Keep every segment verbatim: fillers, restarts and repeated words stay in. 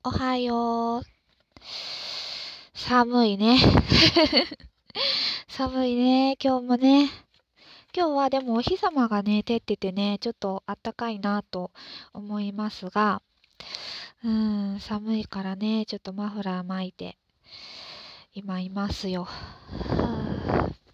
おはよう。寒いね。寒いね、今日もね。今日はでもお日様がね、照っててね、ちょっとあったかいなと思いますが、うーん、寒いからね、ちょっとマフラー巻いて、今いますよ。はあ、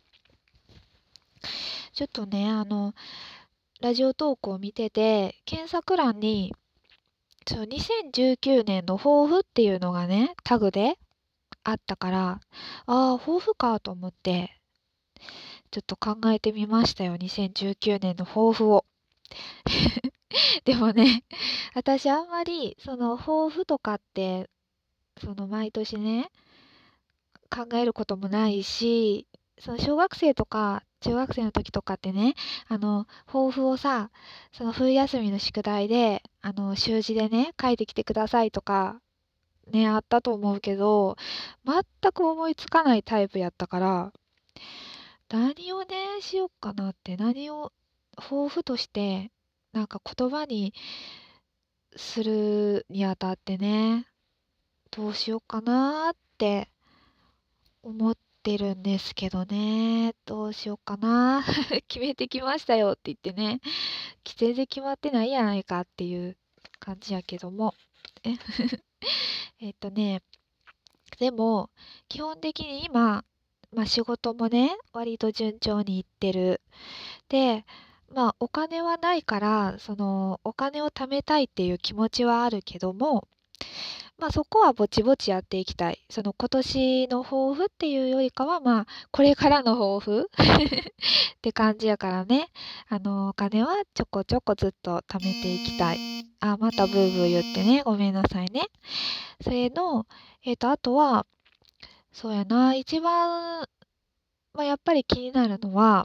ちょっとね、あの、ラジオ投稿を見てて、検索欄に、そう、にせんじゅうきゅうねんの抱負っていうのがね、タグであったから、ああ、抱負かと思って、ちょっと考えてみましたよ。にせんじゅうきゅうねんの抱負を。でもね、私あんまり、その抱負とかって、その毎年ね、考えることもないし、その小学生とか中学生の時とかってね、あの、抱負をさ、その冬休みの宿題で、あの、習字でね、書いてきてくださいとか、ね、あったと思うけど、全く思いつかないタイプやったから、何をね、しよっかなって、何を抱負として、なんか言葉にするにあたってね、どうしようかなって思ってるんですけどね、どうしようかな。決めてきましたよって言ってね、全然決まってないやないかっていう感じやけども。ええっとね、でも、基本的に今、まあ仕事もね、割と順調にいってる。で、まあお金はないから、そのお金を貯めたいっていう気持ちはあるけども、まあそこはぼちぼちやっていきたい。その今年の抱負っていうよりかは、まあこれからの抱負って感じやからね。あのお金はちょこちょこずっと貯めていきたい。あ、またブーブー言ってね。ごめんなさいね。それの、えっと、あとは、そうやな、一番、まあやっぱり気になるのは、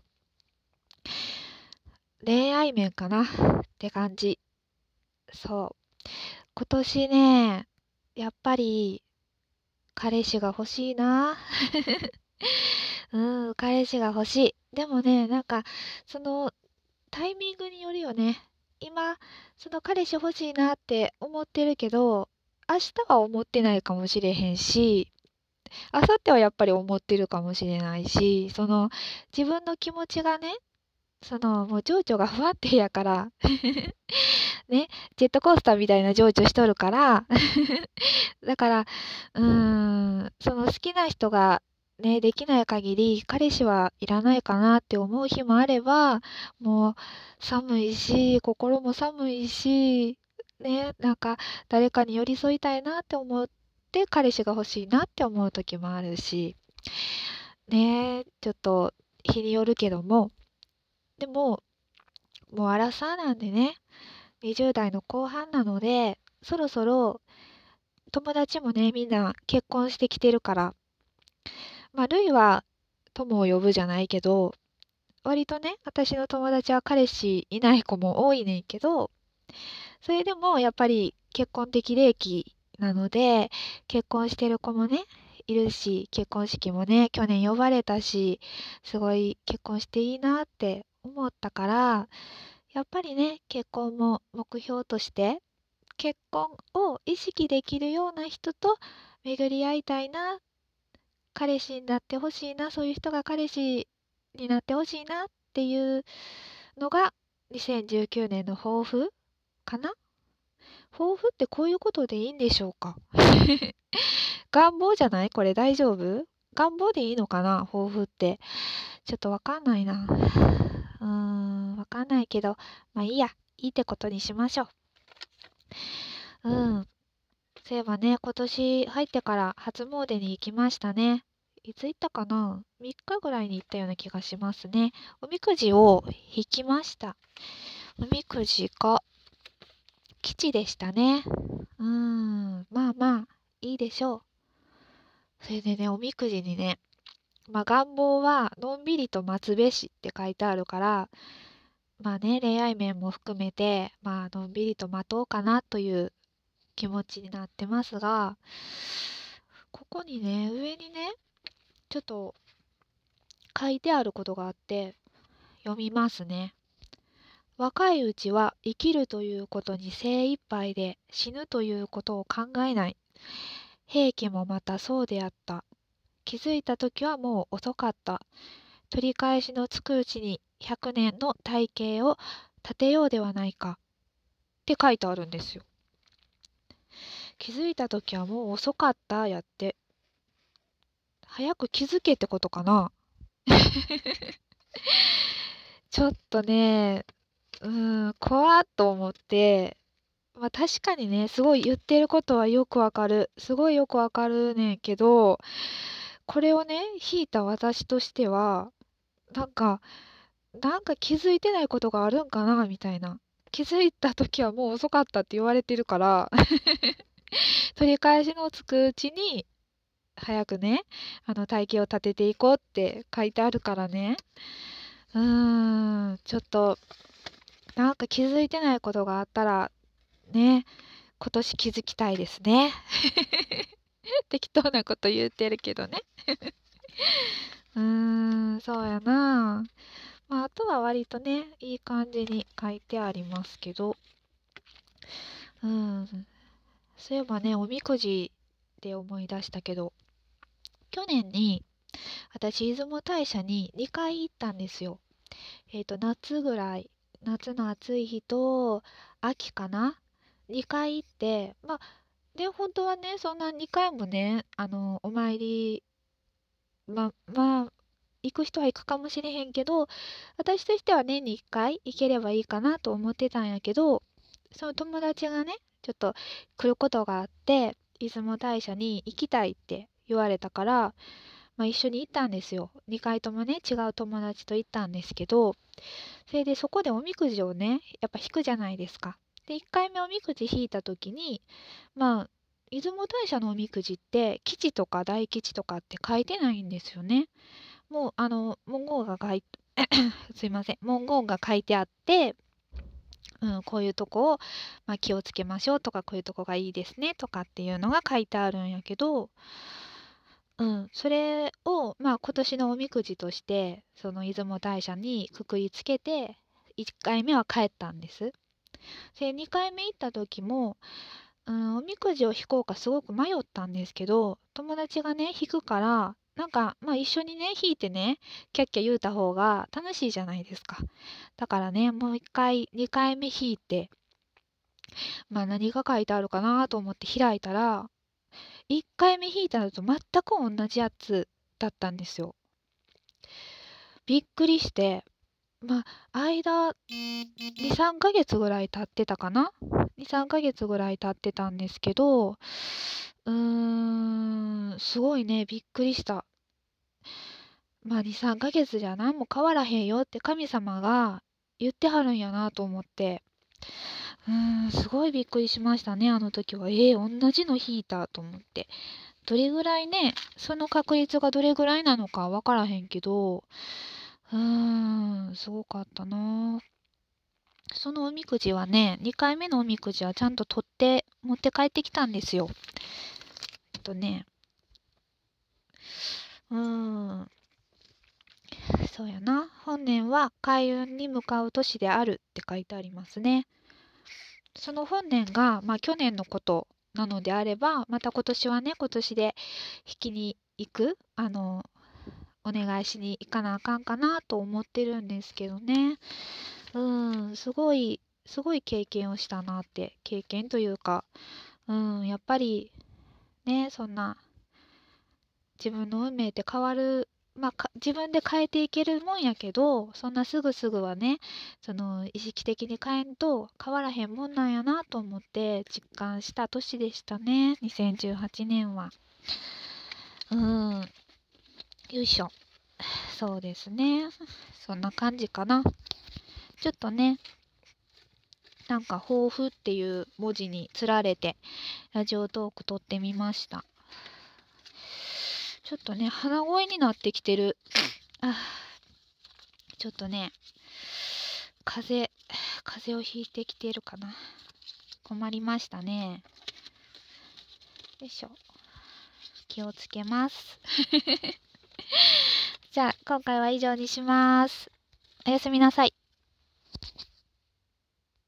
恋愛面かなって感じ。そう。今年ね、やっぱり彼氏が欲しいな。うん、彼氏が欲しい。でもね、なんか、そのタイミングによるよね。今、その彼氏欲しいなって思ってるけど、明日は思ってないかもしれへんし、明後日はやっぱり思ってるかもしれないし、その自分の気持ちがね、そのもう情緒が不安定やからね、ジェットコースターみたいな情緒しとるからだから、うーん、その好きな人がね、できない限り、彼氏はいらないかなって思う日もあれば、もう寒いし、心も寒いし、ね、なんか誰かに寄り添いたいなって思って、彼氏が欲しいなって思う時もあるし、ね、ちょっと日によるけども、でも、もうアラサーなんでね、にじゅう代の後半なので、そろそろ友達もね、みんな結婚してきてるから、まあ、ルイは友を呼ぶじゃないけど、割とね、私の友達は彼氏いない子も多いねんけど、それでもやっぱり結婚適齢期なので、結婚してる子もね、いるし、結婚式もね、去年呼ばれたし、すごい結婚していいなって思ったから、やっぱりね、結婚も目標として、結婚を意識できるような人と巡り合いたいな、彼氏になってほしいな、そういう人が彼氏になってほしいなっていうのがにせんじゅうきゅうねんの抱負かな。抱負ってこういうことでいいんでしょうか？願望じゃないこれ大丈夫？願望でいいのかな抱負って。ちょっとわかんないな。うーん、わかんないけど、まあいいや。いいってことにしましょう。うん。そういえばね、今年入ってから初詣に行きましたね。いつ行ったかな？ みっ 日ぐらいに行ったような気がしますね。おみくじを引きました。おみくじが吉でしたね。うーん、まあまあ、いいでしょう。それでね、おみくじにね、まあ願望はのんびりと待つべしって書いてあるから、まあね、恋愛面も含めて、まあのんびりと待とうかなという気持ちになってますが、ここにね、上にね、ちょっと書いてあることがあって、読みますね。 若いうちは生きるということに精一杯で死ぬということを考えない。平家もまたそうであった。気づいた時はもう遅かった。取り返しのつくうちに百年の大計を立てようではないかって書いてあるんですよ。気づいた時はもう遅かったやって。早く気づけってことかな。ちょっとね、うーん、怖っと思って、まあ確かにね、すごい言ってることはよくわかる。すごいよくわかるねんけど、これをね、引いた私としては、なんか、なんか気づいてないことがあるんかなみたいな。気づいた時はもう遅かったって言われてるから、取り返しのつくうちに、早くね、あの体型を立てていこうって書いてあるからね。うーん、ちょっと、なんか気づいてないことがあったら、ね、今年気づきたいですね。適当なこと言ってるけどね。うーん、そうやな。まあ、あとは割とね、いい感じに書いてありますけど、うん、そういえばね、おみくじで思い出したけど、去年に私、出雲大社ににかい行ったんですよ。えっと、夏ぐらい、夏の暑い日と、秋かな？ に 回行って、まあ、で、本当はね、そんなにかいもね、あの、お参り、ま、まあ、行く人は行くかもしれへんけど、私としては年にいっかい行ければいいかなと思ってたんやけど、その友達がね、ちょっと来ることがあって、出雲大社に行きたいって言われたから、まあ、一緒に行ったんですよ。にかいともね、違う友達と行ったんですけど、それでそこでおみくじをね、やっぱ引くじゃないですか。で、いっかいめおみくじ引いた時に、まあ、出雲大社のおみくじって、吉とか大吉とかって書いてないんですよね。もう、あの、文言が書い、すいません、文言が書いてあって、うん、こういうとこを、まあ、気をつけましょうとか、こういうとこがいいですねとかっていうのが書いてあるんやけど、うん、それを、まあ、今年のおみくじとして、その出雲大社にくくりつけて、いっかいめは帰ったんです。で、にかいめ行った時も、うん、おみくじを引こうかすごく迷ったんですけど、友達がね、引くから、なんか、まあ一緒にね、引いてね、キャッキャ言うた方が楽しいじゃないですか。だからね、もういっかい、にかいめ引いて、まあ何が書いてあるかなと思って開いたら、いっかいめ引いたのと全く同じやつだったんですよ。びっくりして、まあ、間、に、さんかげつぐらい経ってたかな？ に、さんかげつぐらい経ってたんですけど、うーん、すごいね、びっくりした。まあ、に、さんかげつじゃ何も変わらへんよって神様が言ってはるんやなと思って、うーん、すごいびっくりしましたね、あの時は。ええー、同じの引いたと思って。どれぐらいね、その確率がどれぐらいなのかわからへんけど、うーん、すごかったな。そのおみくじはね、にかいめのおみくじはちゃんと取って持って帰ってきたんですよ。えっとね、うーん、そうやな。本年は開運に向かう年であるって書いてありますね。その本年が、まあ去年のことなのであれば、また今年はね、今年で引きに行く、あの、お願いしに行かなあかんかなと思ってるんですけどね。うん、すごい、すごい経験をしたなって、経験というか、うん、やっぱりね、そんな自分の運命って変わる、まあ、か自分で変えていけるもんやけど、そんなすぐすぐはね、その意識的に変えんと変わらへんもんなんやなと思って実感した年でしたね、にせんじゅうはちねんは。うん、よいしょ。そうですね。そんな感じかな。ちょっとね、なんか抱負っていう文字につられてラジオトーク撮ってみました。ちょっとね、鼻声になってきてる。あ、ちょっとね、風邪、風邪をひいてきてるかな。困りましたね。よいしょ。気をつけます。じゃあ、今回は以上にします。おやすみなさい。